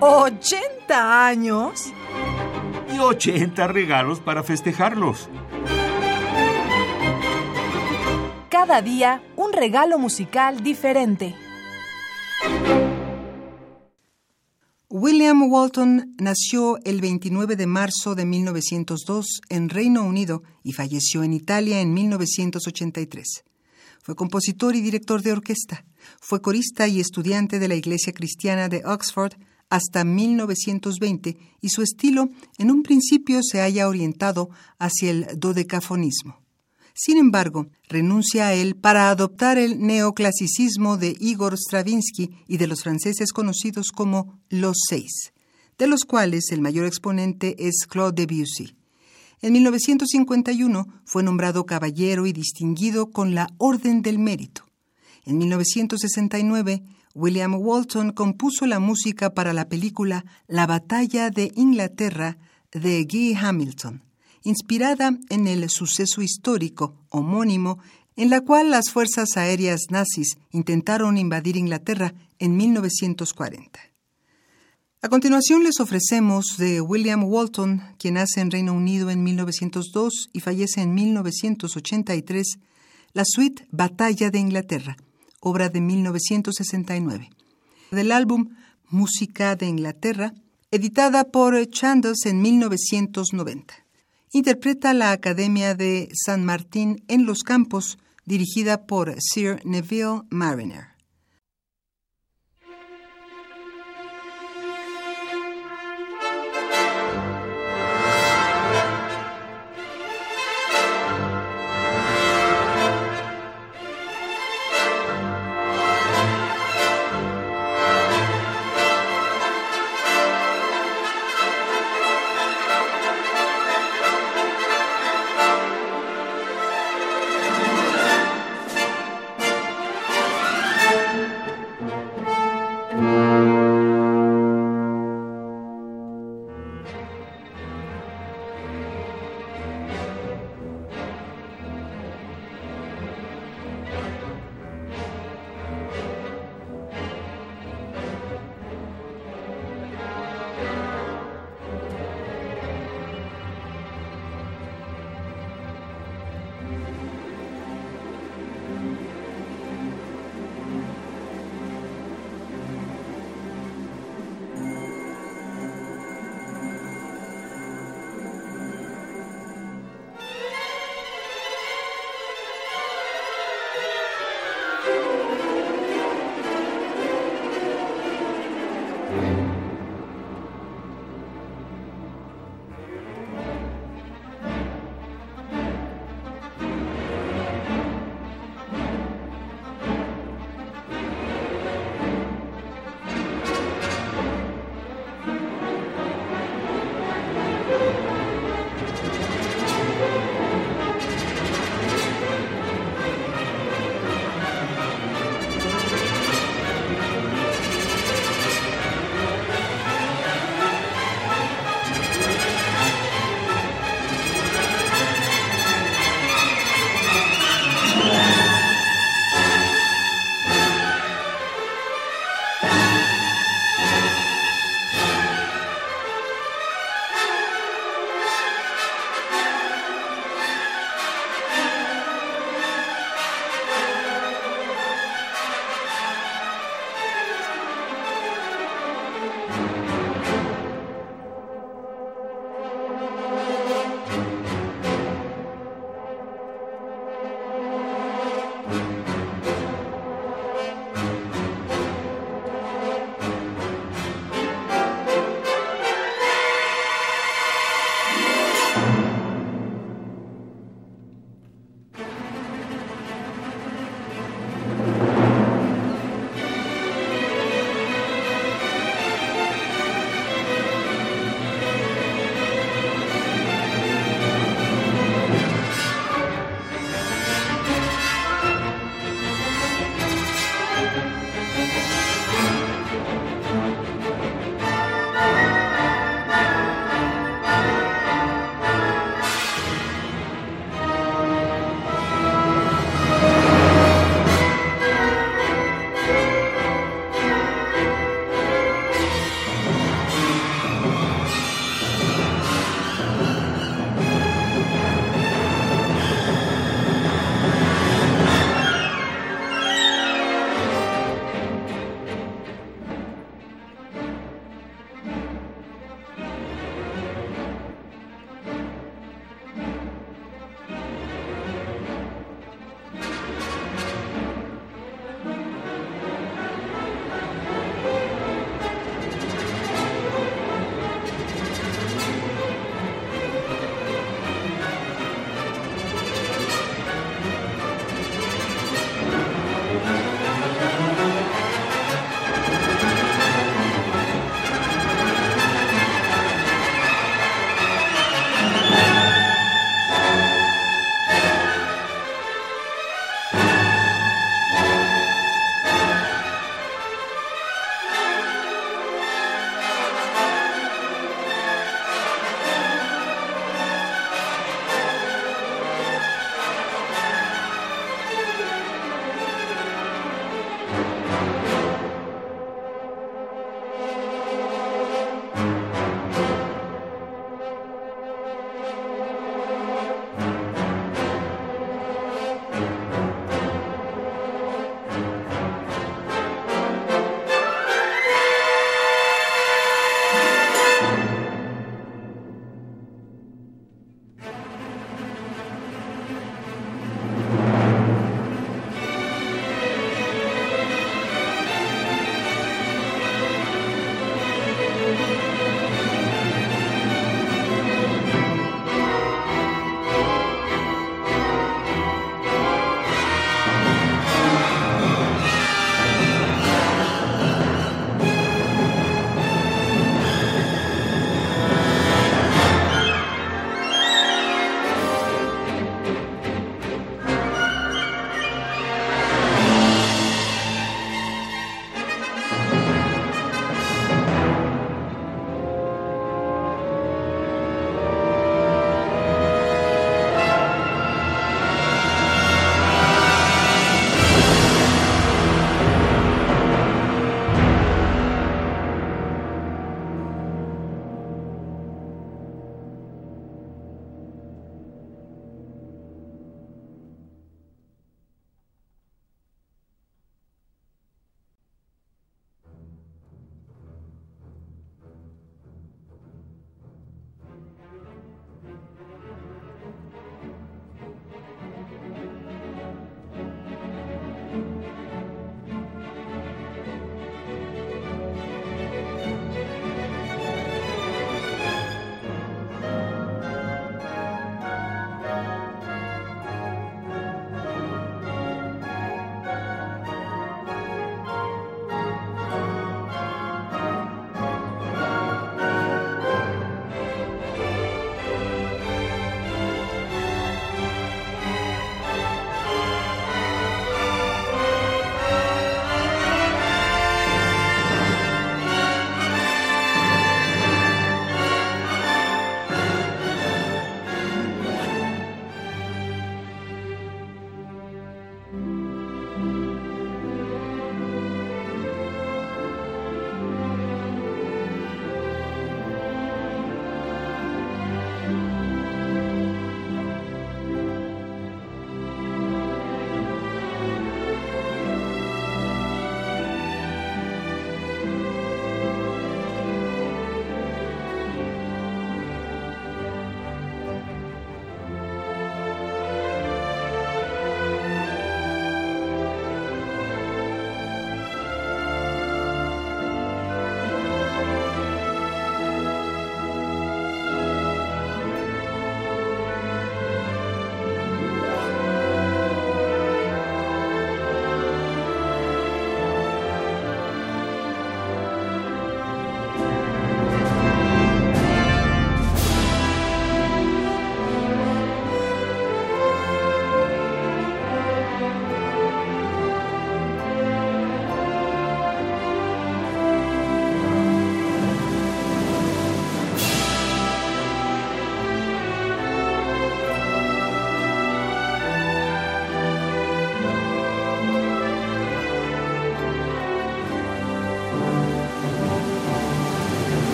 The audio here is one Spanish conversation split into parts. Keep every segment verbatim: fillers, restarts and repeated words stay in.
¿ochenta años? Y ochenta regalos para festejarlos. Cada día un regalo musical diferente. William Walton nació el veintinueve de marzo de mil novecientos dos en Reino Unido y falleció en Italia en mil novecientos ochenta y tres. Fue compositor y director de orquesta. Fue corista y estudiante de la Iglesia Cristiana de Oxford hasta mil novecientos veinte y su estilo en un principio se halla orientado hacia el dodecafonismo. Sin embargo, renuncia a él para adoptar el neoclasicismo de Igor Stravinsky y de los franceses conocidos como Los Seis, de los cuales el mayor exponente es Claude Debussy. En mil novecientos cincuenta y uno fue nombrado caballero y distinguido con la Orden del Mérito. En mil novecientos sesenta y nueve, William Walton compuso la música para la película La Batalla de Inglaterra de Guy Hamilton, inspirada en el suceso histórico homónimo en la cual las fuerzas aéreas nazis intentaron invadir Inglaterra en mil novecientos cuarenta. A continuación les ofrecemos de William Walton, quien nace en Reino Unido en mil novecientos dos y fallece en mil novecientos ochenta y tres, la suite Batalla de Inglaterra, obra de mil novecientos sesenta y nueve, del álbum Música de Inglaterra, editada por Chandos en mil novecientos noventa. Interpreta la Academia de San Martín en los Campos, dirigida por Sir Neville Marriner.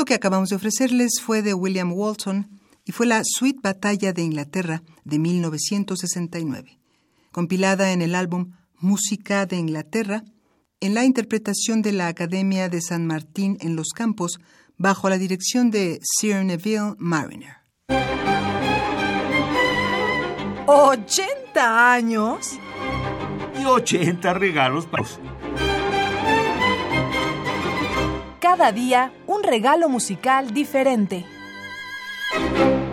que acabamos de ofrecerles fue de William Walton y fue la Suite Batalla de Inglaterra de mil novecientos sesenta y nueve, compilada en el álbum Música de Inglaterra, en la interpretación de la Academia de San Martín en los Campos, bajo la dirección de Sir Neville Marriner. ¿ochenta años? Y ochenta regalos para... Cada día un regalo musical diferente.